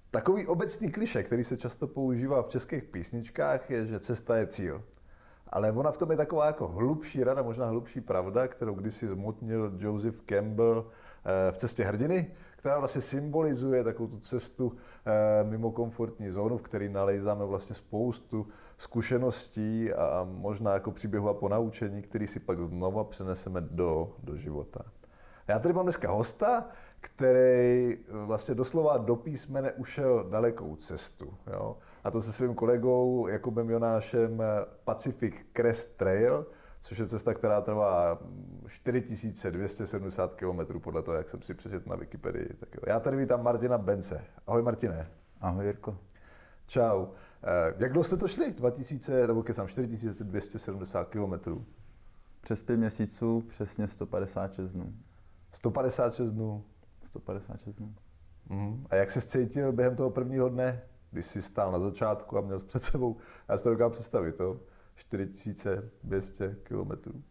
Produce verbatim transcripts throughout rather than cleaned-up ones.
Takový obecný klišé, který se často používá v českých písničkách, je, že cesta je cíl. Ale ona v tom je taková jako hlubší rada, možná hlubší pravda, kterou kdysi zmotnil Joseph Campbell v Cestě hrdiny, která vlastně symbolizuje takovou tu cestu mimo komfortní zónu, v které nalejzáme vlastně spoustu zkušeností a možná jako příběhu a ponaučení, který si pak znova přeneseme do, do života. Já tady mám dneska hosta, který vlastně doslova do písmene ušel dalekou cestu. Jo? A to se svým kolegou Jakubem Jonášem Pacific Crest Trail, což je cesta, která trvá čtyři tisíce dvě stě sedmdesát kilometrů, podle toho, jak jsem si přečetl na Wikipedii. Tak jo. Já tady vítám Martina Bence. Ahoj Martine. Ahoj Jirko. Čau. Jak dlouho jste to šli? dva tisíce, nebo kecám, čtyři tisíce dvě stě sedmdesát kilometrů. Přes pět měsíců, přesně sto padesát šest dnů. sto padesát šest dnů? sto padesát šest dnů. Mm. A jak se cítil během toho prvního dne, když jsi stál na začátku a měl před sebou, já si to dokážu představit, to čtyři tisíce dvě stě kilometrů?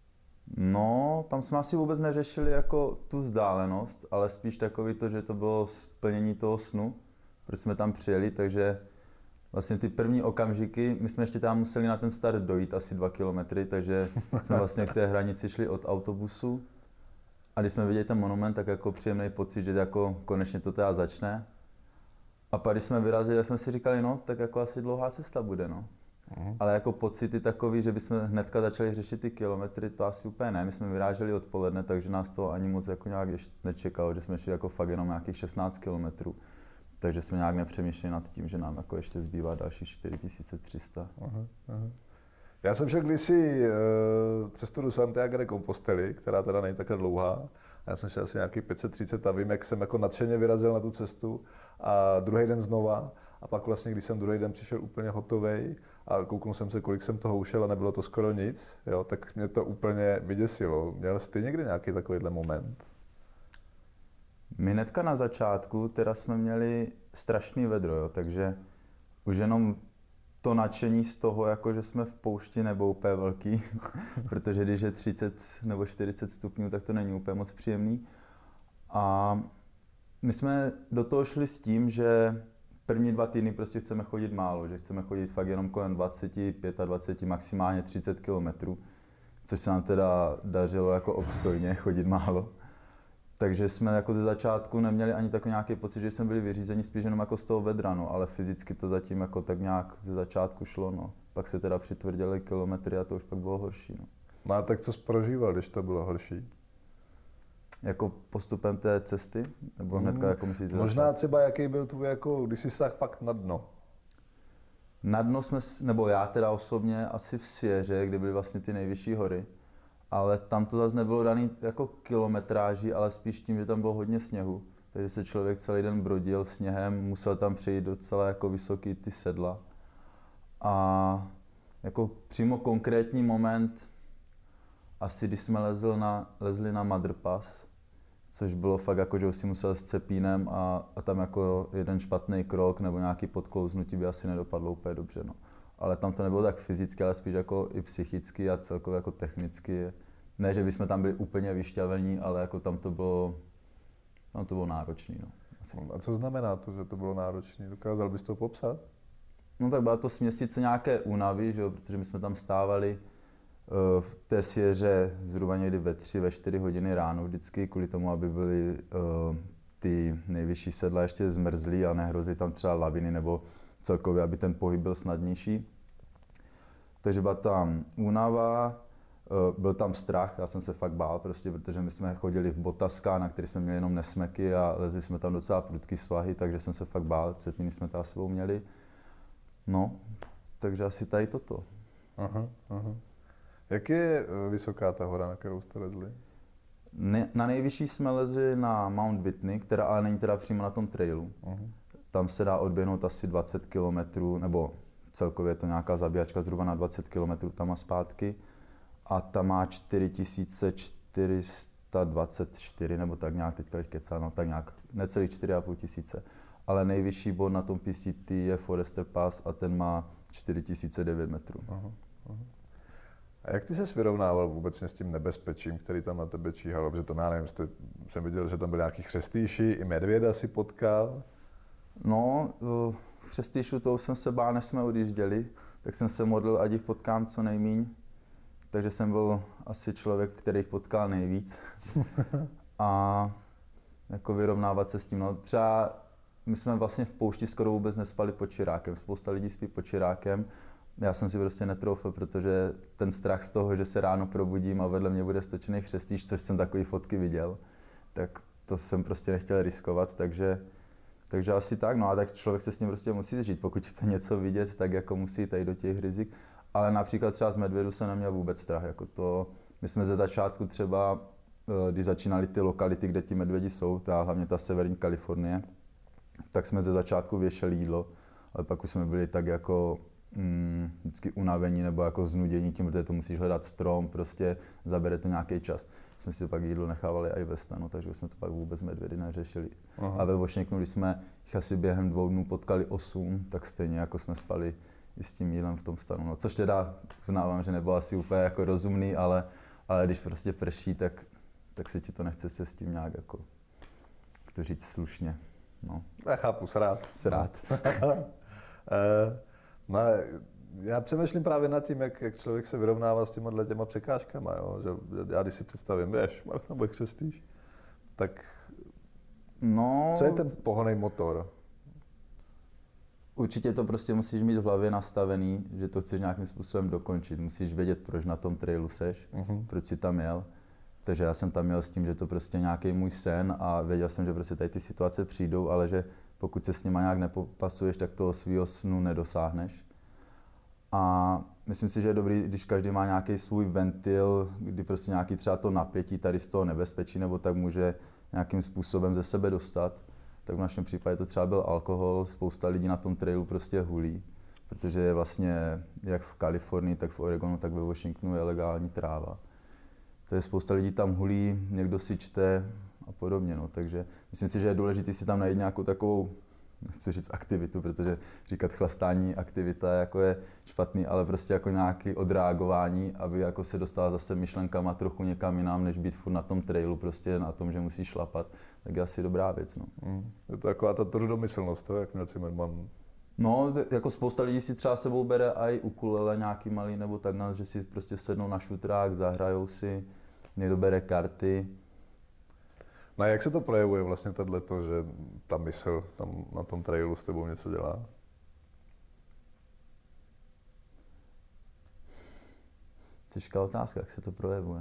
No, tam jsme asi vůbec neřešili jako tu vzdálenost, ale spíš takový to, že to bylo splnění toho snu, protože jsme tam přijeli, takže vlastně ty první okamžiky, my jsme ještě tam museli na ten start dojít asi dva kilometry, takže jsme vlastně k té hranici šli od autobusu. A když jsme viděli ten monument, tak jako příjemný pocit, že jako konečně to teda začne. A pak když jsme vyrazili, tak jsme si říkali, no, tak jako asi dlouhá cesta bude, no. Mm. Ale jako pocity takový, že bychom hnedka začali řešit ty kilometry, to asi úplně ne. My jsme vyráželi odpoledne, takže nás to ani moc jako nějak nečekalo, že jsme šli jako fakt jenom nějakých šestnáct kilometrů. Takže jsme nějak nepřemýšleli nad tím, že nám jako ještě zbývá dalších čtyři tisíce tři sta. Aha, aha. Já jsem šel kdysi uh, cestu do Santiago de Compostely, která teda není takhle dlouhá. Já jsem šel asi nějakých pět set třicet a vím, jak jsem jako nadšeně vyrazil na tu cestu a druhý den znova. A pak vlastně, když jsem druhý den přišel úplně hotovej a kouknul jsem se, kolik jsem toho ušel a nebylo to skoro nic, jo, tak mě to úplně vyděsilo. Měl jsi ty někdy nějaký takovýhle moment? My hnedka na začátku teda jsme měli strašný vedro, jo, takže už jenom to nadšení z toho, jako že jsme v poušti, nebo úplně velký, protože když je třicet nebo čtyřicet stupňů, tak to není úplně moc příjemný. A my jsme do toho šli s tím, že první dva týdny prostě chceme chodit málo, že chceme chodit fakt jenom kolem dvacet, dvacet pět, maximálně třicet kilometrů, což se nám teda dařilo jako obstojně chodit málo. Takže jsme jako ze začátku neměli ani takový nějaký pocit, že jsme byli vyřízeni spíš jenom jako z toho vedra, no, ale fyzicky to zatím jako tak nějak ze začátku šlo, no. Pak se teda přitvrdili kilometry a to už pak bylo horší, no. No a tak co jsi prožíval, když to bylo horší? Jako postupem té cesty? Nebo hnedka jako myslíš? Možná třeba jaký byl tvůj, jako, když jsi sáhl fakt na dno? Na dno jsme, nebo já teda osobně asi v Sierře, kde byly vlastně ty nejvyšší hory. Ale tam to zase nebylo daný jako kilometráží, ale spíš tím, že tam bylo hodně sněhu. Takže se člověk celý den brodil sněhem, musel tam přejít docela jako vysoký ty sedla. A jako přímo konkrétní moment, asi když jsme lezli na, lezli na Mother Pass, což bylo fakt jako, že už si musel s cepínem a, a tam jako jeden špatný krok nebo nějaký podklouznutí by asi nedopadlo úplně dobře. No. Ale tam to nebylo tak fyzicky, ale spíš jako i psychicky a celkově jako technicky. Ne, že bychom tam byli úplně vyšťavení, ale jako tam to bylo, tam to bylo náročné. No. A co znamená to, že to bylo náročné? Dokázal bys to popsat? No tak byla to směsice nějaké únavy, že jo, protože my jsme tam stávali uh, v té Sierře zhruba někdy ve tři, ve čtyři hodiny ráno vždycky, kvůli tomu, aby byly uh, ty nejvyšší sedla ještě zmrzlý a nehrozily tam třeba laviny nebo celkově, aby ten pohyb byl snadnější. Takže byla tam únava, byl tam strach, já jsem se fakt bál prostě, protože my jsme chodili v botaskách, na kterých jsme měli jenom nesmeky a lezli jsme tam docela prudký svahy, takže jsem se fakt bál, cepiny jsme tam sebou měli. No, takže asi tady toto. Aha, aha. Jak je vysoká ta hora, na kterou jste lezli? Ne, na nejvyšší jsme lezli na Mount Whitney, která ale není teda přímo na tom trailu. Aha. Tam se dá odběhnout asi dvacet kilometrů, nebo celkově je to nějaká zabíjačka zhruba na dvacet kilometrů tam a zpátky. A tam má čtyři tisíce čtyři sta dvacet čtyři, nebo tak nějak, teďka bych kecal, no tak nějak, necelých čtyři a půl tisíce. Ale nejvyšší bod na tom P C T je Forester Pass a ten má čtyři tisíce devět metrů. Aha, aha. A jak ty ses vyrovnával vůbec s tím nebezpečím, který tam na tebe číhalo? Protože to já nevím, jste, jsem viděl, že tam byly nějaký chřestýši, i medvěda si potkal. No, v Přestýšu to už jsem se bál, než jsme odjížděli, tak jsem se modlil, ať jich potkám co nejmíň. Takže jsem byl asi člověk, který jich potkal nejvíc. A jako vyrovnávat se s tím. No, třeba my jsme vlastně v poušti skoro vůbec nespali pod čirákem. Spousta lidí spí pod čirákem. Já jsem si prostě netroufl, protože ten strach z toho, že se ráno probudím a vedle mě bude stočený Přestýš, což jsem takový fotky viděl, tak to jsem prostě nechtěl riskovat, takže, takže asi tak. No a tak člověk se s tím prostě musí žít. Pokud chce něco vidět, tak jako musí jít do těch rizik. Ale například třeba z medvědu jsem neměl vůbec strach. Jako to, my jsme ze začátku třeba, když začínaly ty lokality, kde ti medvědi jsou, ta, hlavně ta severní Kalifornie, tak jsme ze začátku věšeli jídlo, ale pak už jsme byli tak jako mm, vždycky unavení nebo jako znudění tím, protože to musíš hledat strom, prostě zabere to nějaký čas. Jsme si pak jídlo nechávali i ve stanu, takže jsme to pak vůbec medvědy neřešili. Aha. A ve Washingtonu, když jsme jich asi během dvou dnů potkali osm, tak stejně jako jsme spali i s tím jídlem v tom stanu. No, což teda uznávám, že nebylo asi úplně jako rozumný, ale, ale když prostě prší, tak, tak se ti to nechce se s tím nějak jako, jak to říct, slušně. No. Já chápu, srát. Srát. No, já přemýšlím právě nad tím, jak, jak člověk se vyrovnává s těma těma překážkama. Jo? Že já když si představím, víš, nebo Přestýš, tak no, co je ten pohonný motor? Určitě to prostě musíš mít v hlavě nastavený, že to chceš nějakým způsobem dokončit. Musíš vědět, proč na tom trailu seš, uh-huh. proč jsi tam jel. Takže já jsem tam jel s tím, že to prostě nějaký můj sen a věděl jsem, že prostě tady ty situace přijdou, ale že pokud se s nima nějak nepopasuješ, tak toho svýho snu nedosáhneš. A myslím si, že je dobrý, když každý má nějaký svůj ventil, kdy prostě nějaký třeba to napětí tady z toho nebezpečí, nebo tak může nějakým způsobem ze sebe dostat. Tak v našem případě to třeba byl alkohol, spousta lidí na tom trailu prostě hulí, protože je vlastně jak v Kalifornii, tak v Oregonu, tak ve Washingtonu je legální tráva. Takže spousta lidí tam hulí, někdo si čte a podobně, no. Takže myslím si, že je důležité si tam najít nějakou takovou, nechci říct aktivitu, protože říkat chlastání aktivita jako je špatný, ale prostě jako nějaké odreagování, aby jako se dostala zase myšlenkama trochu někam jinam, než být furt na tom trailu, prostě na tom, že musíš šlapat, tak je asi dobrá věc, no. Mm. Je to taková ta trudomyslnost, to, jak měl Zimmerman. No, jako spousta lidí si třeba sebou bere i ukulele nějaký malý nebo tak, že si prostě sednou na šutrák, zahrajou si, někdo bere karty. No a jak se to projevuje vlastně tohleto, že ta mysl tam na tom trailu s tebou něco dělá? Těžká otázka, jak se to projevuje.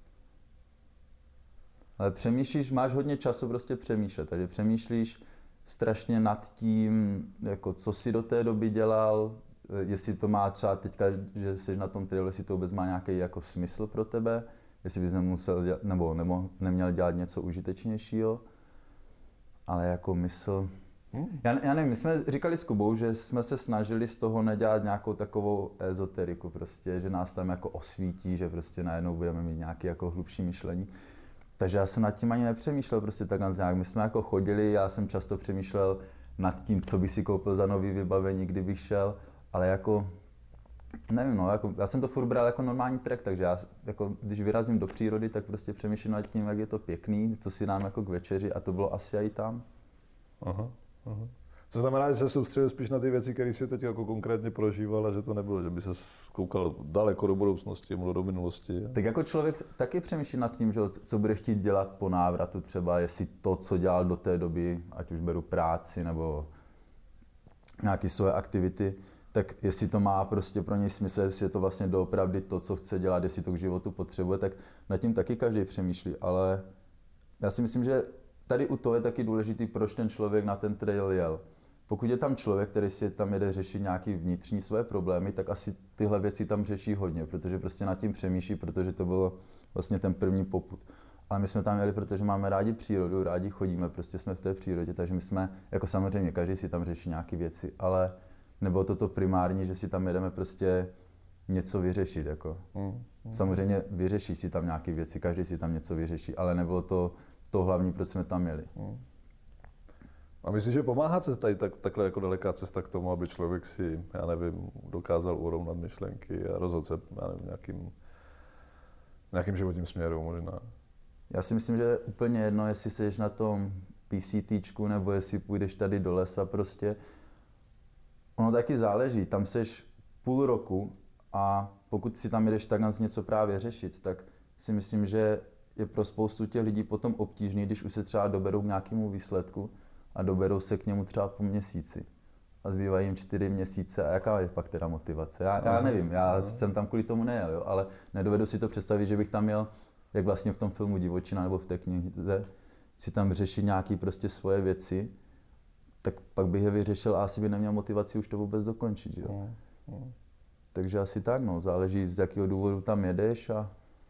Ale přemýšlíš, máš hodně času prostě přemýšlet, takže přemýšlíš strašně nad tím, jako co jsi do té doby dělal, jestli to má třeba teďka, že jsi na tom trailu, jestli to vůbec má nějaký jako smysl pro tebe, jestli bys nemusel dělat, nebo nemohl, neměl dělat něco užitečnějšího, ale jako mysl. Hmm. Já, já nevím, my jsme říkali s Kubou, že jsme se snažili z toho nedělat nějakou takovou ezoteriku prostě, že nás tam jako osvítí, že prostě najednou budeme mít nějaké jako hlubší myšlení. Takže já jsem nad tím ani nepřemýšlel prostě tak nějak. My jsme jako chodili, já jsem často přemýšlel nad tím, co by si koupil za nový vybavení, kdybych šel, ale jako, nevím no, jako, já jsem to furt bral jako normální trek, takže já jako, když vyrazím do přírody, tak prostě přemýšlím nad tím, jak je to pěkný, co si dám jako k večeři a to bylo asi i tam. Aha, aha. To znamená, že se soustředil spíš na ty věci, které jsi teď jako konkrétně prožíval a že to nebylo, že by se koukal daleko do budoucnosti, mluvil do minulosti. Tak jako člověk taky přemýšlí nad tím, že co bude chtít dělat po návratu třeba, jestli to, co dělal do té doby, ať už beru práci nebo nějaké svoje aktivity, tak jestli to má prostě pro něj smysl, jestli je to vlastně doopravdy to, co chce dělat, jestli to k životu potřebuje, tak nad tím taky každý přemýšlí, ale já si myslím, že tady u toho je taky důležitý, proč ten člověk na ten trail jel. Pokud je tam člověk, který si tam jede řešit nějaký vnitřní své problémy, tak asi tyhle věci tam řeší hodně, protože prostě nad tím přemýšlí, protože to bylo vlastně ten první popud. Ale my jsme tam jeli, protože máme rádi přírodu, rádi chodíme, prostě jsme v té přírodě, takže my jsme, jako samozřejmě, každý si tam řeší nějaké věci, ale nebylo to to primární, že si tam jedeme prostě něco vyřešit, jako. Mm, mm. Samozřejmě vyřeší si tam nějaké věci, každý si tam něco vyřeší, ale nebylo to to hlavní, proč jsme tam jeli. Mm. A myslíš, že pomáhá cesta i tak, takhle jako daleká cesta k tomu, aby člověk si, já nevím, dokázal urovnat myšlenky a rozhodl se, já nevím, nějakým, nějakým životním směru možná? Já si myslím, že je úplně jedno, jestli jsi na tom PCTčku, nebo jestli půjdeš tady do lesa prostě. Ono taky záleží, tam seš půl roku a pokud si tam jdeš takhle něco právě řešit, tak si myslím, že je pro spoustu těch lidí potom obtížný, když už se třeba doberou k nějakému výsledku a doberou se k němu třeba po měsíci. A zbývají jim čtyři měsíce a jaká je pak teda motivace? Já, já nevím, já aha. jsem tam kvůli tomu nejel, jo, ale nedovedu si to představit, že bych tam jel, jak vlastně v tom filmu Divočina nebo v té knize, si tam řešit nějaké prostě svoje věci, tak pak bych je vyřešil a asi by neměl motivaci už to vůbec dokončit. Jo. Mm, mm. Takže asi tak, no, záleží z jakého důvodu tam jedeš. A...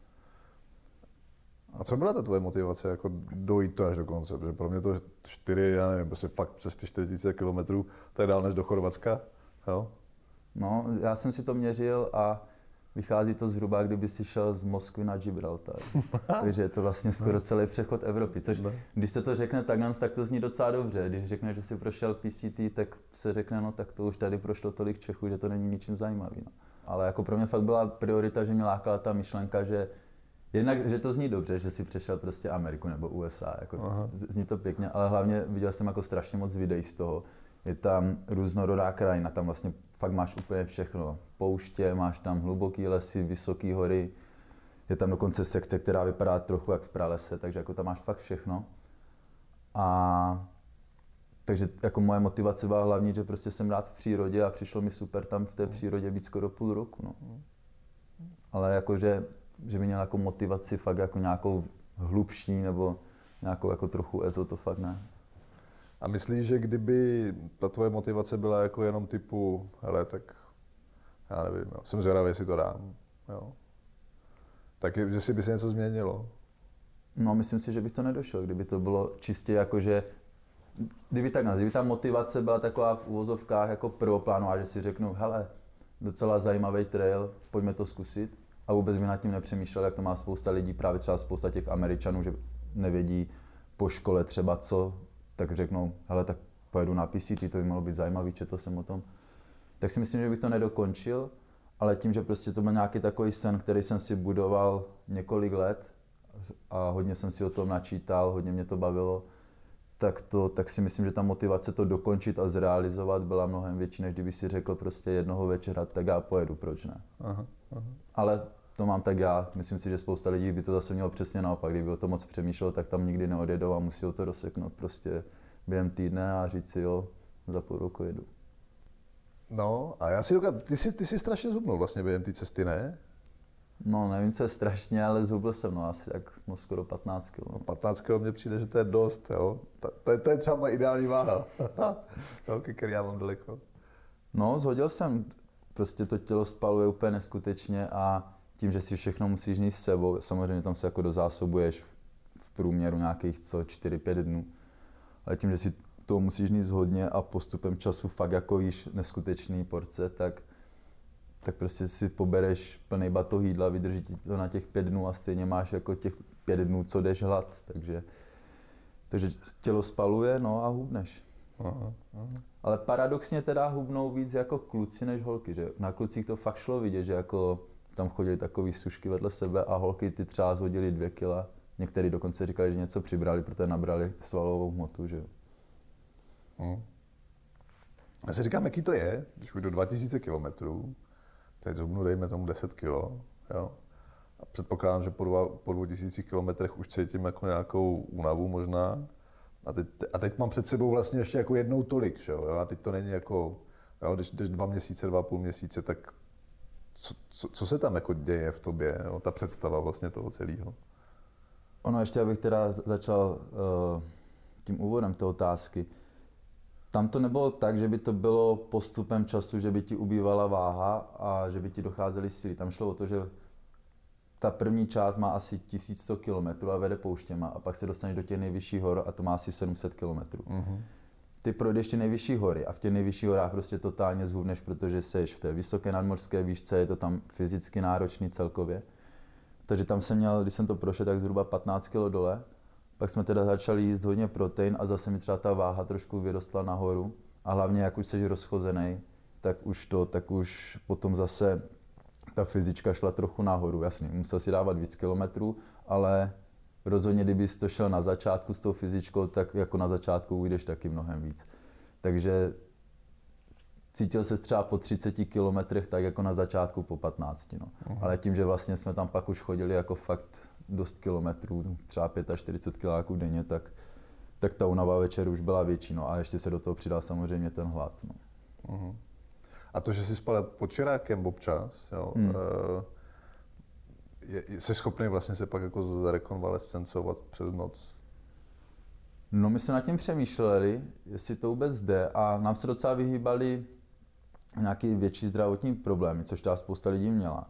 a co byla ta tvoje motivace, jako dojít to až do konce? Protože pro mě to čtyři, já nevím, prostě fakt přes ty čtyři tisíce kilometrů, to je dál než do Chorvatska, jo? No, já jsem si to měřil a vychází to zhruba, kdyby si šel z Moskvy na Gibraltar. Takže je to vlastně skoro celý přechod Evropy, což když se to řekne takhle, tak to zní docela dobře. Když řekne, že si prošel P C T, tak se řekne, no tak to už tady prošlo tolik Čechů, že to není ničím zajímavý. No. Ale jako pro mě fakt byla priorita, že mě lákala ta myšlenka, že jednak, že to zní dobře, že si přešel prostě Ameriku nebo U S A, jako zní to pěkně, ale hlavně viděl jsem jako strašně moc videí z toho. Je tam různorodá krajina, tam vlastně fakt máš úplně všechno. Pouště, máš tam hluboký lesy, vysoké hory, je tam dokonce sekce, která vypadá trochu jak v pralese, takže jako tam máš fakt všechno. A takže jako moje motivace byla hlavní, že prostě jsem rád v přírodě a přišlo mi super tam v té přírodě být skoro půl roku. No. Ale jakože, že by měl jako motivaci fakt jako nějakou hlubší nebo nějakou jako trochu ezo, to fakt ne. A myslíš, že kdyby ta tvoje motivace byla jako jenom typu, hele, tak já nevím, jo, jsem zvědavý, jestli to dám, jo. Tak je, že si by se něco změnilo? No, myslím si, že bych to nedošel, kdyby to bylo čistě jako, že kdyby tak kdyby ta motivace byla taková v uvozovkách jako prvoplánová, že si řeknu, hele, docela zajímavý trail, pojďme to zkusit. A vůbec by nad tím nepřemýšlel, jak to má spousta lidí, právě třeba spousta těch Američanů, že nevědí po škole třeba co, tak řeknou, hele, tak pojedu na P C T, to by mohlo být zajímavý, četl jsem o tom. Tak si myslím, že bych to nedokončil, ale tím, že prostě to byl nějaký takový sen, který jsem si budoval několik let a hodně jsem si o tom načítal, hodně mě to bavilo, tak, to, tak si myslím, že ta motivace to dokončit a zrealizovat byla mnohem větší, než kdyby si řekl prostě jednoho večera, tak já pojedu, proč ne. Aha, aha. Ale to mám tak já, myslím si, že spousta lidí by to zase mělo přesně naopak, kdyby o tom moc přemýšlel, tak tam nikdy neodjedou a musí to rozseknout prostě během týdne a říct si, jo, za půl roku jedu. No a já si dokážu, ty jsi, ty jsi strašně zhubnul vlastně během té cesty, ne? No nevím, co je strašně, ale zhubl jsem, no asi tak no, skoro patnáct kilo. No, patnáct kilo mně přijde, že to je dost, jo. To, to, je, to je třeba moje ideální váha, no, který já mám daleko. No, zhodil jsem, prostě to tělo spaluje úplně neskutečně a tím, že si všechno musíš níst s sebou, samozřejmě tam se jako dozásobuješ v průměru nějakých co čtyři pět dnů, ale tím, že si to musíš níst hodně a postupem času fakt jako jíš neskutečný porce, tak, tak prostě si pobereš plný batoh jídla, vydrží ti to na těch pět dnů a stejně máš jako těch pět dnů, co jdeš hlad, takže, takže tělo spaluje, no a hubneš. Aha, aha. Ale paradoxně teda hubnou víc jako kluci než holky, že na klucích to fakt šlo vidět, že jako tam chodili takový sušky vedle sebe a holky ty třeba zhodili dvě kila. Někteří dokonce říkali, že něco přibrali, protože nabrali svalovou hmotu, že jo. Hmm. Já si říkám, jaký to je, když ujdu dva tisíce kilometrů, teď zhubnu, dejme tomu deset kilo, jo. A předpokládám, že po, dva, po dvou tisících kilometrech už cítím jako nějakou únavu možná. A teď, a teď mám před sebou vlastně ještě jako jednou tolik, že jo. A teď to není jako, jo, když jdeš dva měsíce, dva půl měsíce, tak co, co, co se tam jako děje v tobě, jo? Ta představa vlastně toho celého? Ono ještě, abych teda začal uh, tím úvodem té otázky. Tam to nebylo tak, že by to bylo postupem času, že by ti ubývala váha a že by ti docházely síly. Tam šlo o to, že ta první část má asi tisíc sto kilometrů a vede pouštěma a pak se dostaneš do těch nejvyšších hor a to má asi sedm set kilometrů. Mm-hmm. Ty projdeš ty nejvyšší hory a v těch nejvyšších horách prostě totálně zhubneš, protože seš v té vysoké nadmořské výšce, je to tam fyzicky náročný celkově. Takže tam jsem měl, když jsem to prošel, tak zhruba patnáct kilo dole. Pak jsme teda začali jíst hodně protein a zase mi třeba ta váha trošku vyrostla nahoru. A hlavně, jak už jsi rozchozený, tak už to, tak už potom zase ta fyzička šla trochu nahoru, jasně. Musel si dávat víc kilometrů, ale rozhodně, kdybys to šel na začátku s tou fyzičkou, tak jako na začátku ujdeš taky mnohem víc. Takže cítil se třeba po třiceti kilometrech tak jako na začátku po patnácti. No. Uh-huh. Ale tím, že vlastně jsme tam pak už chodili jako fakt dost kilometrů, třeba čtyřicet pět kiláků denně, tak, tak ta únava večer už byla větší. No. A ještě se do toho přidal samozřejmě ten hlad. No. Uh-huh. A to, že jsi spal pod čirákem občas, jo, hmm. je, jsi schopný vlastně se pak jako zrekonvalescencovat přes noc? No, my jsme nad tím přemýšleli, jestli to vůbec jde, a nám se docela vyhýbaly nějaké větší zdravotní problémy, což ta spousta lidí měla.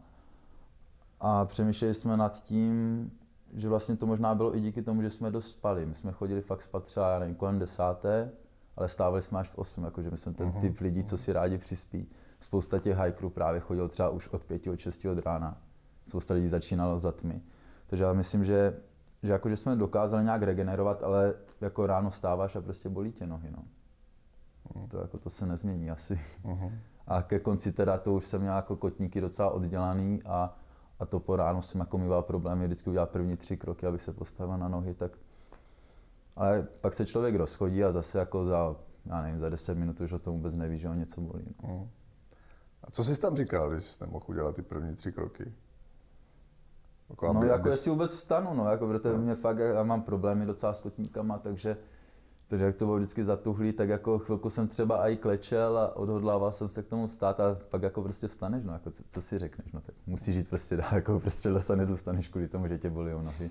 A přemýšleli jsme nad tím, že vlastně to možná bylo i díky tomu, že jsme dost spali. My jsme chodili fakt spát třeba, já nevím, kolem desáté, ale stávali jsme až v osm, jakože my jsme ten uh-huh. typ lidí, co si rádi přispí. Spousta těch hikerů právě chodil třeba už od pěti, od šesti od rána. Spousta lidí začínalo za tmy. Takže já myslím, že, že, jako, že jsme dokázali nějak regenerovat, ale jako ráno vstáváš a prostě bolí tě nohy. No. Uh-huh. To, jako, to se nezmění asi. Uh-huh. A ke konci teda to už jsem měl jako kotníky docela oddělaný a, a to po ránu jsem jako mýval problémy, vždycky udělal první tři kroky, aby se postavil na nohy, tak. Ale pak se člověk rozchodí a zase jako za, já nevím, za deset minut už o tom vůbec neví, že ho něco bolí. No. Uh-huh. A co jsi tam říkal, když jsi nemohl udělat ty první tři kroky? Jako, no aby, jako abys... jestli vůbec vstanu, no, jako protože no. mě fakt, já mám problémy docela s kotníkama, takže, takže jak to bylo vždycky zatuhlý, tak jako chvilku jsem třeba i klečel a odhodlával jsem se k tomu vstát a pak jako prostě vstaneš, no, jako co, co si řekneš, no, tak musíš jít prostě dál, jako prostě lesa nezůstaneš kvůli tomu, že tě bolí nohy.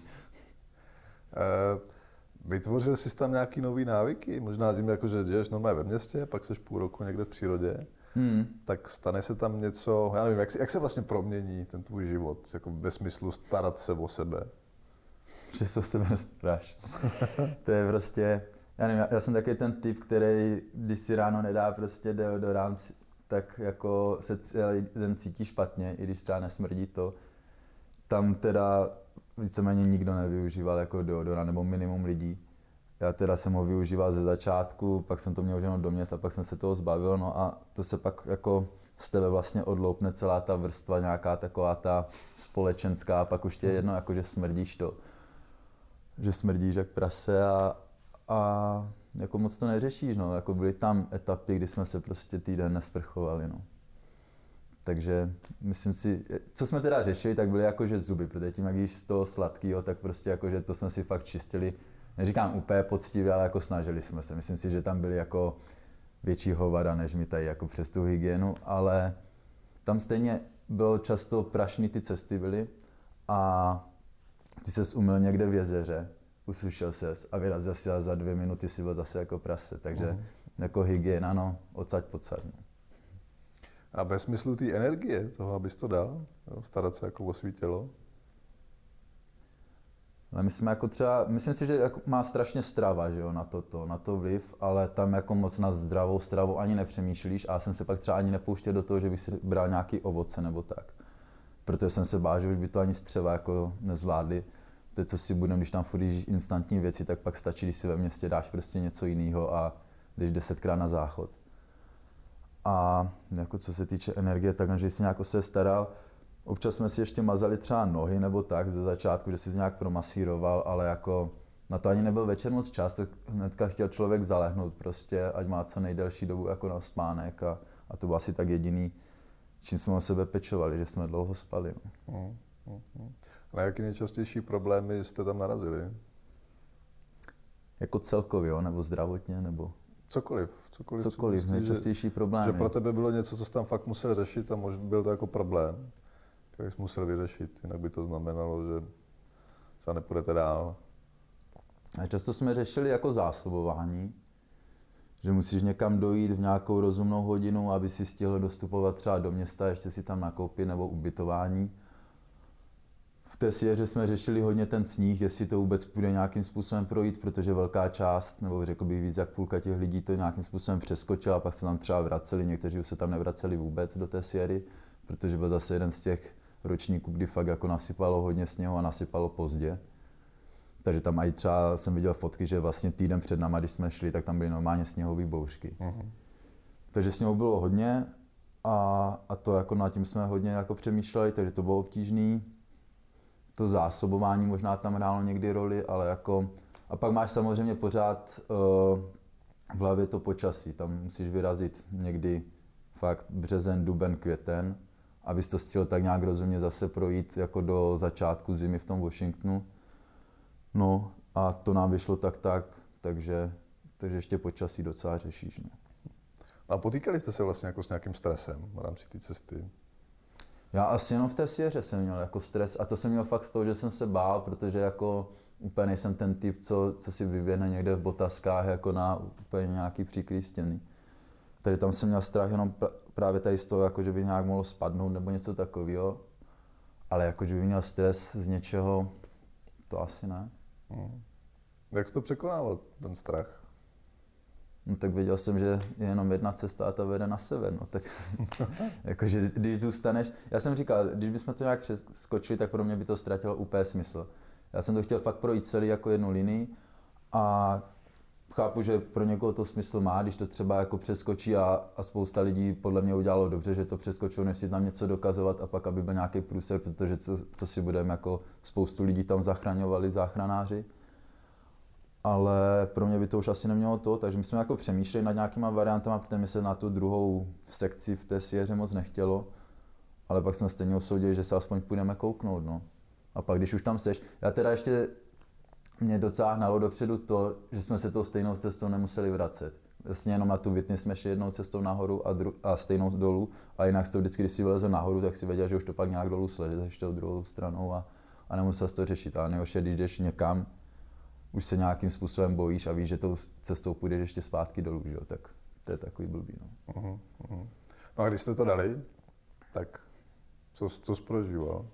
Uh, vytvořil jsi tam nějaký nový návyky? Možná tím, jako, že žiješ normálně ve městě, pak jsi půl roku někde v přírodě. Hmm. Tak stane se tam něco, já nevím, jak, jak se vlastně promění ten tvůj život, jako ve smyslu starat se o sebe? Že se o sebe nestaráš. To je prostě, já nevím, já jsem taky ten typ, který, když si ráno nedá prostě deodorant, tak jako se celý den cítí špatně, i když třeba nesmrdí to. Tam teda víceméně nikdo nevyužíval jako deodorant, nebo minimum lidí. Já teda jsem ho využíval ze začátku, pak jsem to měl už jenom do města, pak jsem se toho zbavil, no a to se pak jako z tebe vlastně odloupne celá ta vrstva, nějaká taková ta společenská, pak už tě je jedno, jako že smrdíš to, že smrdíš jak prase a, a jako moc to neřešíš, no, jako byly tam etapy, kdy jsme se prostě týden nesprchovali, no. Takže myslím si, co jsme teda řešili, tak byly jakože zuby, protože tím, jak jíš z toho sladkého, tak prostě jakože to jsme si fakt čistili. Neříkám úplně poctivě, ale jako snažili jsme se. Myslím si, že tam byly jako větší hovada, než my tady jako přes tu hygienu, ale tam stejně bylo často prašný, ty cesty byly a ty ses umyl někde v jezeře, usušil ses a vyrazil si a za dvě minuty si byl zase jako prase, takže uh-huh. jako hygiena, no, odsaď pocať. No. A bez smyslu té energie, toho, abys to dal, jo, starat se jako o svý tělo? Ale my jsme jako třeba, myslím si, že jako má strašně strava, že jo, na to, to, na to vliv, ale tam jako moc na zdravou stravu ani nepřemýšlíš a já jsem se pak třeba ani nepouštěl do toho, že bych si bral nějaký ovoce nebo tak. Protože jsem se bál, že už by to ani střeva jako nezvládli. To, co si budeme, když tam furt jíš instantní věci, tak pak stačí, když si ve městě dáš prostě něco jiného a jdeš desetkrát na záchod. A jako co se týče energie, tak že jsi nějak o sebe staral. Občas jsme si ještě mazali třeba nohy nebo tak ze začátku, že jsi nějak promasíroval, ale jako na to ani nebyl večer moc čas, tak hnedka chtěl člověk zalehnout prostě, ať má co nejdelší dobu jako na spánek a, a to bylo asi tak jediný, čím jsme o sebe pečovali, že jsme dlouho spali. No. Mm, mm, mm. Na jaký nejčastější problémy jste tam narazili? Jako celkově, jo? Nebo zdravotně, nebo... Cokoliv. Cokoliv, Cokoliv, nejčastější problémy. Že pro tebe bylo něco, co jsi tam fakt musel řešit a možná byl to jako problém, který jsi musel vyřešit, jinak by to znamenalo, že se nepůjdete dál. A často jsme řešili jako zásobování, že musíš někam dojít v nějakou rozumnou hodinu, aby si stihl dostupovat třeba do města, ještě si tam nakoupit nebo ubytování. V té Sierře jsme řešili hodně ten sníh, jestli to vůbec půjde nějakým způsobem projít, protože velká část, nebo řekl bych víc jak půlka těch lidí to nějakým způsobem přeskočila, pak se tam třeba vraceli, někteří už se tam nevraceli vůbec do té Sierry, protože byl zase jeden z těch ročníků, kdy fakt jako nasypalo hodně sněhu a nasypalo pozdě. Takže tam i třeba jsem viděl fotky, že vlastně týden před náma, když jsme šli, tak tam byly normálně sněhové bouřky. Uh-huh. Takže sněhu bylo hodně a, a to jako nad tím jsme hodně jako přemýšleli, takže to bylo obtížné. to zásobování možná tam hrálo někdy roli, ale jako... A pak máš samozřejmě pořád uh, v hlavě to počasí. Tam musíš vyrazit někdy fakt březen, duben, květen, abys to stihl tak nějak rozumně zase projít jako do začátku zimy v tom Washingtonu. No a to nám vyšlo tak tak, takže, takže ještě počasí docela řešíš. No. A potýkali jste se vlastně jako s nějakým stresem v rámci té cesty? Já asi jenom v té Sierře jsem měl jako stres a to jsem měl fakt z toho, že jsem se bál, protože jako úplně nejsem ten typ, co, co si vyběhne někde v botaskách jako na úplně nějaký příkrý stěny. Tady tam jsem měl strach jenom právě tady z toho, jako že by nějak mohlo spadnout nebo něco takového, ale jako že by měl stres z něčeho, to asi ne. Hmm. Jak jsi to překonával, ten strach? No tak věděl jsem, že je jenom jedna cesta a ta vede na sever, no tak jakože když zůstaneš, já jsem říkal, když bychom to nějak přeskočili, tak pro mě by to ztratilo úplně smysl. Já jsem to chtěl fakt projít celý jako jednu linii a chápu, že pro někoho to smysl má, když to třeba jako přeskočí a, a spousta lidí podle mě udělalo dobře, že to přeskočilo, než si tam něco dokazovat a pak aby byl nějaký průser, protože co, co si budeme, jako spoustu lidí tam zachraňovali záchranáři. Ale pro mě by to už asi nemělo to, takže my jsme jako přemýšleli nad nějakýma variantama, protože mi se na tu druhou sekci v té Sierře moc nechtělo, ale pak jsme stejně usoudili, že se aspoň půjdeme kouknout, no. A pak když už tam seš, já teda ještě mě docela hnalo dopředu to, že jsme se tou stejnou cestou nemuseli vracet. Vlastně jenom na tu Whitney jsme šli jednou cestou nahoru a, dru- a stejnou dolů, a jinak to vždycky, když si vylezl nahoru, tak si věděl, že už to pak nějak dolů sleze ještě druhou stranou a, a nemusel to řešit. A nejhorší, když jdeš někam, už se nějakým způsobem bojíš a víš, že tou cestou půjdeš ještě zpátky dolů, že jo? Tak to je takový blbý. No. Uh-huh, uh-huh. No a když jste to dali, tak co, co jsi prožíval?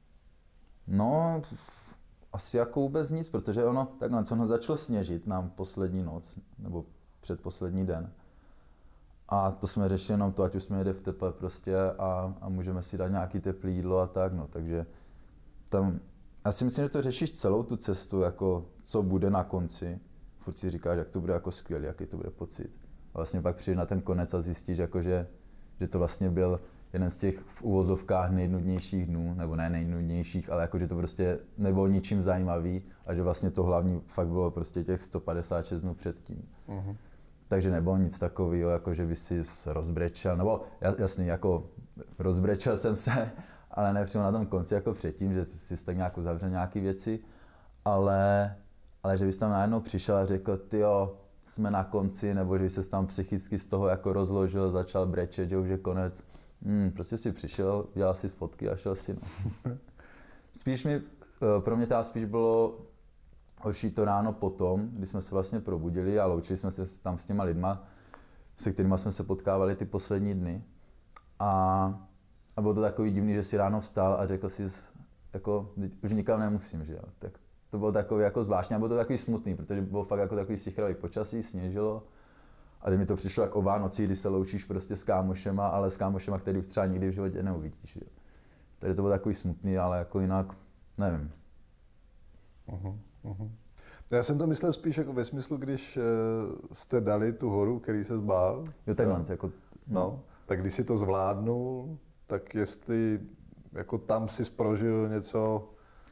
No, asi jako vůbec nic, protože ono takhle, co ono začalo sněžit nám poslední noc, nebo předposlední den. A to jsme řešili jenom to, ať už jsme jede v teple prostě a, a můžeme si dát nějaký teplý jídlo a tak, no, takže tam, já si myslím, že to řešíš celou tu cestu, jako co bude na konci. Furt si říkáš, jak to bude jako skvělý, jaký to bude pocit. A vlastně pak přijdeš na ten konec a zjistíš, jako že, že to vlastně byl jeden z těch v uvozovkách nejnudnějších dnů, nebo ne nejnudnějších, ale jako, že to prostě nebylo ničím zajímavý a že vlastně to hlavní fakt bylo prostě těch sto padesát šest dnů předtím. Uh-huh. Takže nebylo nic takového, jako že by si rozbrečel, nebo jasný, jako rozbrečel jsem se, ale ne přímo na tom konci jako předtím, že si tak nějak uzavřel nějaké věci, ale, ale že bys tam najednou přišel a řekl, tyjo, jsme na konci, nebo že bys se tam psychicky z toho jako rozložil, začal brečet, že už je konec. Hmm, prostě si přišel, dělal si fotky a šel si, no. Spíš mi, pro mě teda spíš bylo horší to ráno potom, kdy jsme se vlastně probudili a loučili jsme se tam s těma lidma, se kterými jsme se potkávali ty poslední dny. A, a bylo to takový divný, že si ráno vstal a řekl si, jako, už nikam nemusím, že jo. Tak to bylo takový jako zvláštní a bylo to takový smutný, protože bylo fakt jako takový sichravý počasí, sněžilo. A teď mi to přišlo jako o Vánoci, kdy se loučíš prostě s kámošema, ale s kámošema, který už třeba nikdy v životě neuvidíš. Jo. Takže to bylo takový smutný, ale jako jinak, nevím. Uh-huh, uh-huh. Já jsem to myslel spíš jako ve smyslu, když uh, jste dali tu horu, který se zbál. Jo, takhle, no. jako... No. no, tak když si to zvládnul, tak jestli jako tam si prožil něco...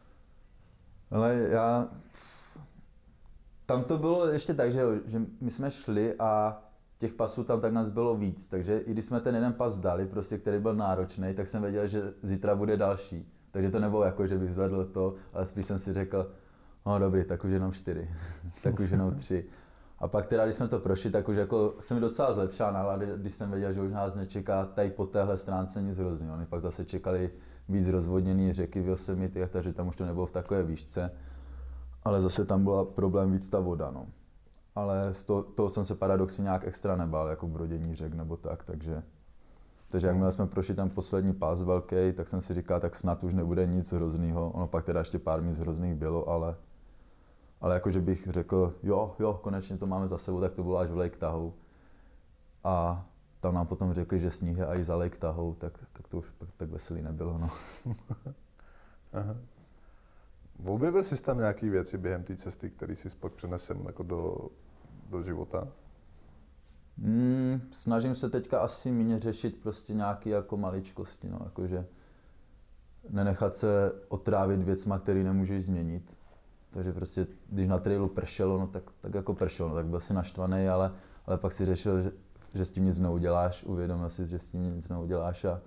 Ale já... Tam to bylo ještě tak, že, že my jsme šli a těch pasů tam tak nás bylo víc, takže i když jsme ten jeden pas dali, prostě, který byl náročný, tak jsem věděl, že zítra bude další. Takže to nebylo jako, že bych zvedl to, ale spíš jsem si řekl, no dobrý, tak už jenom čtyři, tak už jenom tři. A pak teda, když jsme to prošli, tak už jako se mi docela zlepšila nálada, když jsem věděl, že už nás nečeká tady po téhle stránce nic hrozného. My pak zase čekali víc rozvodněný řeky v Yosemitech, takže tam už to nebylo v takové výšce. Ale zase tam byla problém víc ta voda, no. Ale z toho, toho jsem se paradoxně nějak extra nebál, jako brodění řek nebo tak, takže... Takže jakmile jsme prošli ten poslední pás velký, tak jsem si říkal, tak snad už nebude nic hroznýho. Ono pak teda ještě pár míst hrozných bylo, ale... Ale jakože bych řekl, jo, jo, konečně to máme za sebou, tak to bylo až v Lake Tahoe. A tam nám potom řekli, že sníh je i za Lake Tahoe, tak, tak to už tak veselý nebylo, no. Aha. Objevil jsi tam nějaké věci během té cesty, které jsi pak přenesem jako do, do života? Mm, snažím se teďka asi méně řešit prostě nějaké jako maličkosti, no, jakože nenechat se otrávit věcma, které nemůžeš změnit. Takže prostě, když na trailu pršelo, no tak, tak jako pršelo, no tak byl si naštvaný, ale, ale pak si řešil, že, že s tím nic neuděláš, uvědomil si, že s tím nic neuděláš a,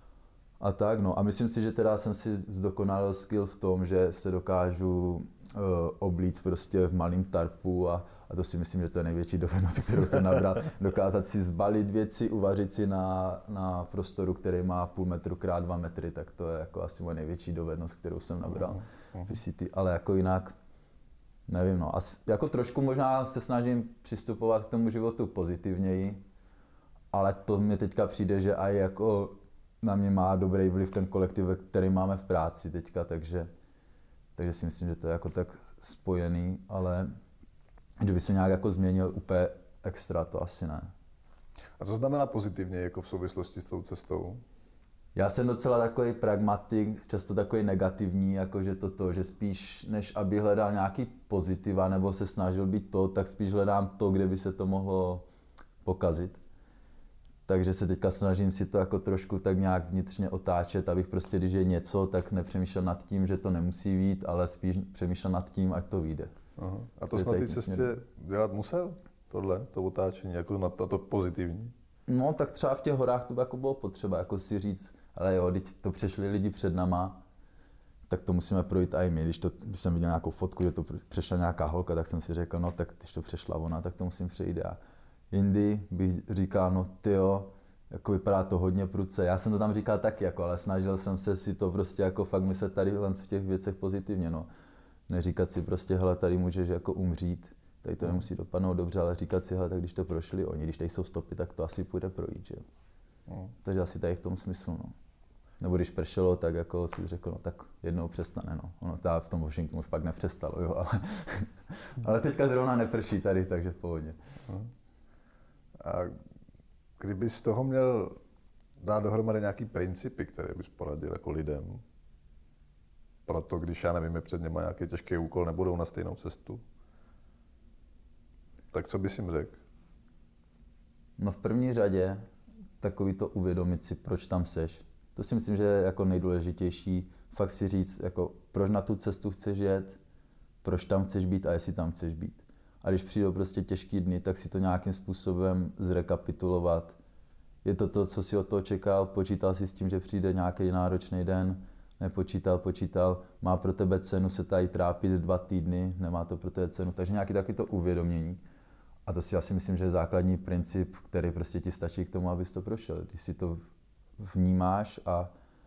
a tak, no. A myslím si, že teda jsem si zdokonalil skill v tom, že se dokážu uh, oblíct prostě v malém tarpu a, a to si myslím, že to je největší dovednost, kterou jsem nabral. Dokázat si zbalit věci, uvařit si na, na prostoru, který má půl metru krát dva metry, tak to je jako asi moje největší dovednost, kterou jsem nabral v P C T. Ale jako jinak, nevím, no. As, jako trošku možná se snažím přistupovat k tomu životu pozitivněji, ale to mi teďka přijde, že aj jako na mě má dobrý vliv ten kolektiv, který máme v práci teďka, takže, takže si myslím, že to je jako tak spojený, ale že by se nějak jako změnil úplně extra, to asi ne. A co znamená pozitivně jako v souvislosti s tou cestou? Já jsem docela takový pragmatik, často takový negativní, jakože toto, že spíš než aby hledal nějaký pozitiva nebo se snažil být to, tak spíš hledám to, kde by se to mohlo pokazit. Takže se teďka snažím si to jako trošku tak nějak vnitřně otáčet, abych prostě, když je něco, tak nepřemýšlel nad tím, že to nemusí být, ale spíš přemýšlel nad tím, ať to vyjde. Aha. A to snad ty cestě směru. Dělat musel? Tohle, to otáčení, jako na to, to pozitivní? No, tak třeba v těch horách to by jako bylo potřeba, jako si říct, ale jo, teď to přešli lidi před náma, tak to musíme projít i my. Když, to, když jsem viděl nějakou fotku, že to přešla nějaká holka, tak jsem si řekl, no tak když to přešla ona, tak to musím přejít já. Jindy bych říkal, no tyjo, jako vypadá to hodně prudce. Já jsem to tam říkal taky, jako, ale snažil jsem se si to prostě jako fakt myslet tady v těch věcech pozitivně, no. Neříkat si prostě, hele, tady můžeš jako umřít, tady to nemusí dopadnout dobře, ale říkat si, hele, tak když to prošli oni, když tady jsou stopy, tak to asi půjde projít, že jo. Mm. Takže asi tady v tom smyslu, no. Nebo když pršelo, tak jako si řekl, no tak jednou přestane, no. Ono teda v tom Washingtonu už pak nepřestalo, jo, ale, ale teďka zrovna neprší tady, takže v pohodě. Mm. A kdybys z toho měl dát dohromady nějaký principy, které bys poradil jako lidem, proto když, já nevím, je před něma nějaký těžký úkol, nebudou na stejnou cestu, tak co bys jim řekl? No v první řadě takový to uvědomit si, proč tam seš. To si myslím, že je jako nejdůležitější, fakt si říct, jako, proč na tu cestu chceš jet, proč tam chceš být a jestli tam chceš být. A když přijdou prostě těžký dny, tak si to nějakým způsobem zrekapitulovat. Je to to, co si od toho čekal, počítal si s tím, že přijde nějaký náročný den, nepočítal, počítal, má pro tebe cenu se tady trápit dva týdny, nemá to pro tebe cenu, takže nějaké taky to uvědomění. A to si asi myslím, že je základní princip, který prostě ti stačí k tomu, abys to prošel. Když si to vnímáš a,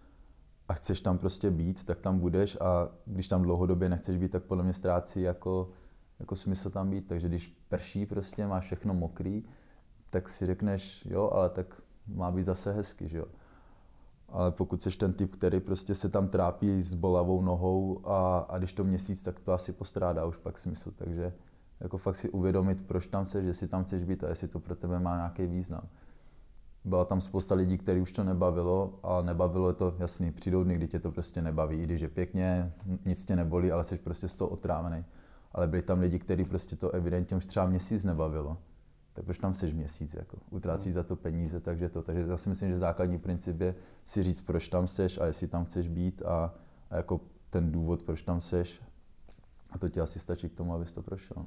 a chceš tam prostě být, tak tam budeš a když tam dlouhodobě nechceš být, tak podle mě ztrácí jako jako smysl tam být, takže když prší prostě, máš všechno mokrý, tak si řekneš, jo, ale tak má být zase hezky, že jo. Ale pokud jsi ten typ, který prostě se tam trápí s bolavou nohou a, a když to měsíc, tak to asi postrádá už pak smysl, takže jako fakt si uvědomit, proč tam chceš, jestli tam chceš být a jestli to pro tebe má nějaký význam. Byla tam spousta lidí, který už to nebavilo a nebavilo je to, jasný, přijdou dny, kdy tě to prostě nebaví, i když je pěkně, nic tě nebolí, ale jsi prostě z toho otrávený. Ale byli tam lidi, kteří prostě to evidentně už třeba měsíc nebavilo. Tak proč tam seš měsíc, jako? Utrácíš za to peníze, takže to. Takže já si myslím, že základní princip je si říct, proč tam seš a jestli tam chceš být a, a jako ten důvod, proč tam seš. A to ti asi stačí k tomu, abys to prošel.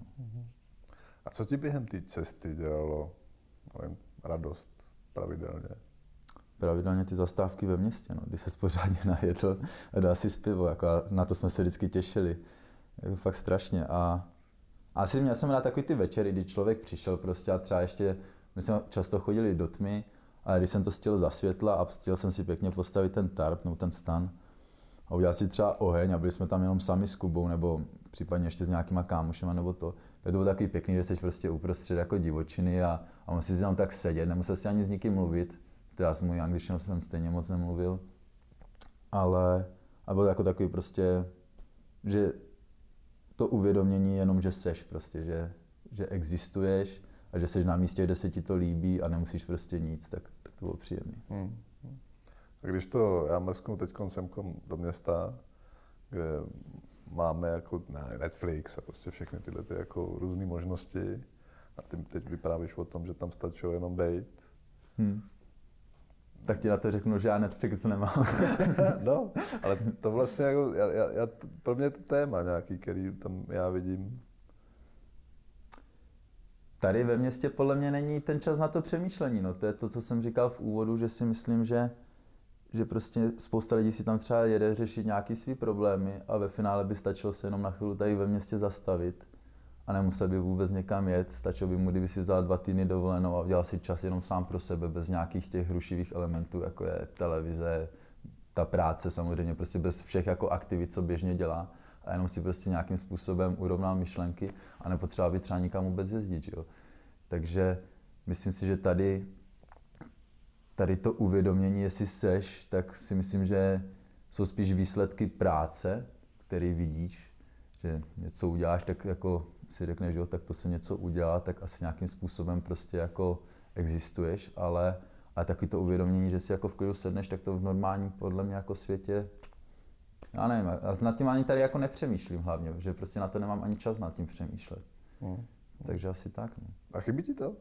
A co ti během té cesty dělalo, nevím, radost pravidelně? Pravidelně ty zastávky ve městě, no, kdy se pořádně najedl a dal si pivo, jako a na to jsme se vždycky těšili. Jako fakt strašně. A asi měl jsem rád takový ty večery, kdy člověk přišel prostě a třeba ještě, my jsme často chodili do tmy, ale když jsem to stihl za světla a stihl jsem si pěkně postavit ten tarp nebo ten stan a udělal si třeba oheň a byli jsme tam jenom sami s Kubou nebo případně ještě s nějakýma kámošema nebo to, tak to bylo takový pěkný, že jsi prostě uprostřed jako divočiny a, a musel si tam tak sedět, nemusel si ani s nikým mluvit, teda s můj angličtinou jsem stejně moc nemluvil, ale a byl jako takový prostě, že to uvědomění jenom, že seš prostě, že, že existuješ a že seš na místě, kde se ti to líbí a nemusíš prostě nic, tak, tak to bylo příjemné. Hmm. A když to, já mrsknu teď semkom do města, kde máme jako ne, Netflix a prostě všechny tyhle ty jako různé možnosti a ty teď vyprávíš o tom, že tam stačilo jenom bejt. Hmm. tak ti na to řeknu, že já Netflix nemám. No, ale to vlastně jako, já, já, já, pro mě je to téma nějaký, který tam já vidím. Tady ve městě podle mě není ten čas na to přemýšlení. No. To je to, co jsem říkal v úvodu, že si myslím, že, že prostě spousta lidí si tam třeba jede řešit nějaký svý problémy a ve finále by stačilo se jenom na chvíli tady ve městě zastavit a nemusel by vůbec někam jet. Stačilo by mu, kdyby si vzal dva týdny dovolenou a udělal si čas jenom sám pro sebe, bez nějakých těch rušivých elementů, jako je televize, ta práce samozřejmě, prostě bez všech jako aktivit, co běžně dělá. A jenom si prostě nějakým způsobem urovnal myšlenky a nepotřeba by třeba nikam vůbec jezdit, jo. Takže myslím si, že tady, tady to uvědomění, jestli seš, tak si myslím, že jsou spíš výsledky práce, který vidíš, že něco uděláš, tak jako si řekneš, jo, tak to se něco udělá, tak asi nějakým způsobem prostě jako existuješ, ale, ale takový to uvědomění, že si jako v klidu sedneš, tak to v normálním podle mě jako světě. Já nevím, a nad tím ani tady jako nepřemýšlím hlavně, že prostě na to nemám ani čas nad tím přemýšlet. Hmm. Takže asi tak. No. A chybí ti to?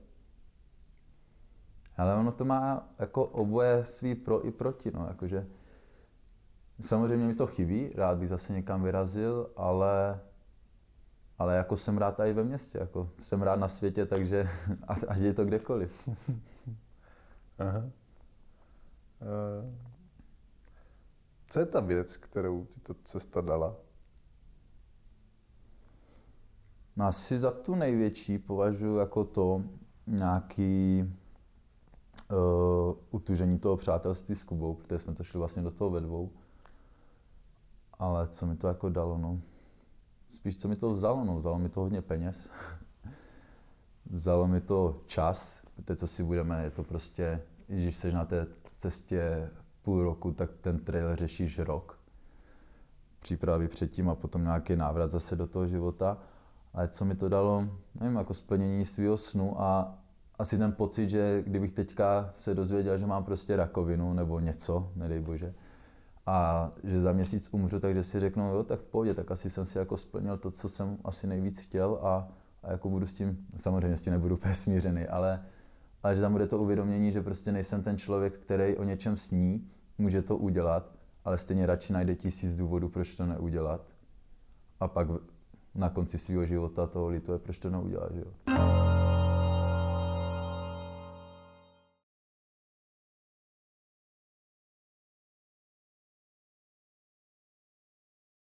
Ale ono to má jako oboje svý pro i proti, no, jakože samozřejmě mi to chybí, rád bych zase někam vyrazil, ale, ale jako jsem rád tady ve městě, jako jsem rád na světě, takže ať je to kdekoliv. Aha. Uh... Co je ta věc, kterou ti ta cesta dala? No asi za tu největší považuji jako to nějaký uh, utužení toho přátelství s Kubou, protože jsme to šli vlastně do toho ve dvou. Ale co mi to jako dalo, no? Spíš co mi to vzalo, no? Vzalo mi to hodně peněz. Vzalo mi to čas, protože co si budeme, je to prostě, když jsi na té cestě půl roku, tak ten trailer řešíš rok. Přípravy předtím a potom nějaký návrat zase do toho života. Ale co mi to dalo, nevím, jako splnění svého snu a asi ten pocit, že kdybych teďka se dozvěděl, že mám prostě rakovinu nebo něco, nedej bože, a že za měsíc umřu, takže si řeknu, jo, tak v pohodě, tak asi jsem si jako splnil to, co jsem asi nejvíc chtěl a, a jako budu s tím, samozřejmě s tím nebudu úplně smířený, ale, ale že tam bude to uvědomění, že prostě nejsem ten člověk, který o něčem sní, může to udělat, ale stejně radši najde tisíc důvodů, proč to neudělat. A pak na konci svého života toho lituje, proč to neudělá, že jo.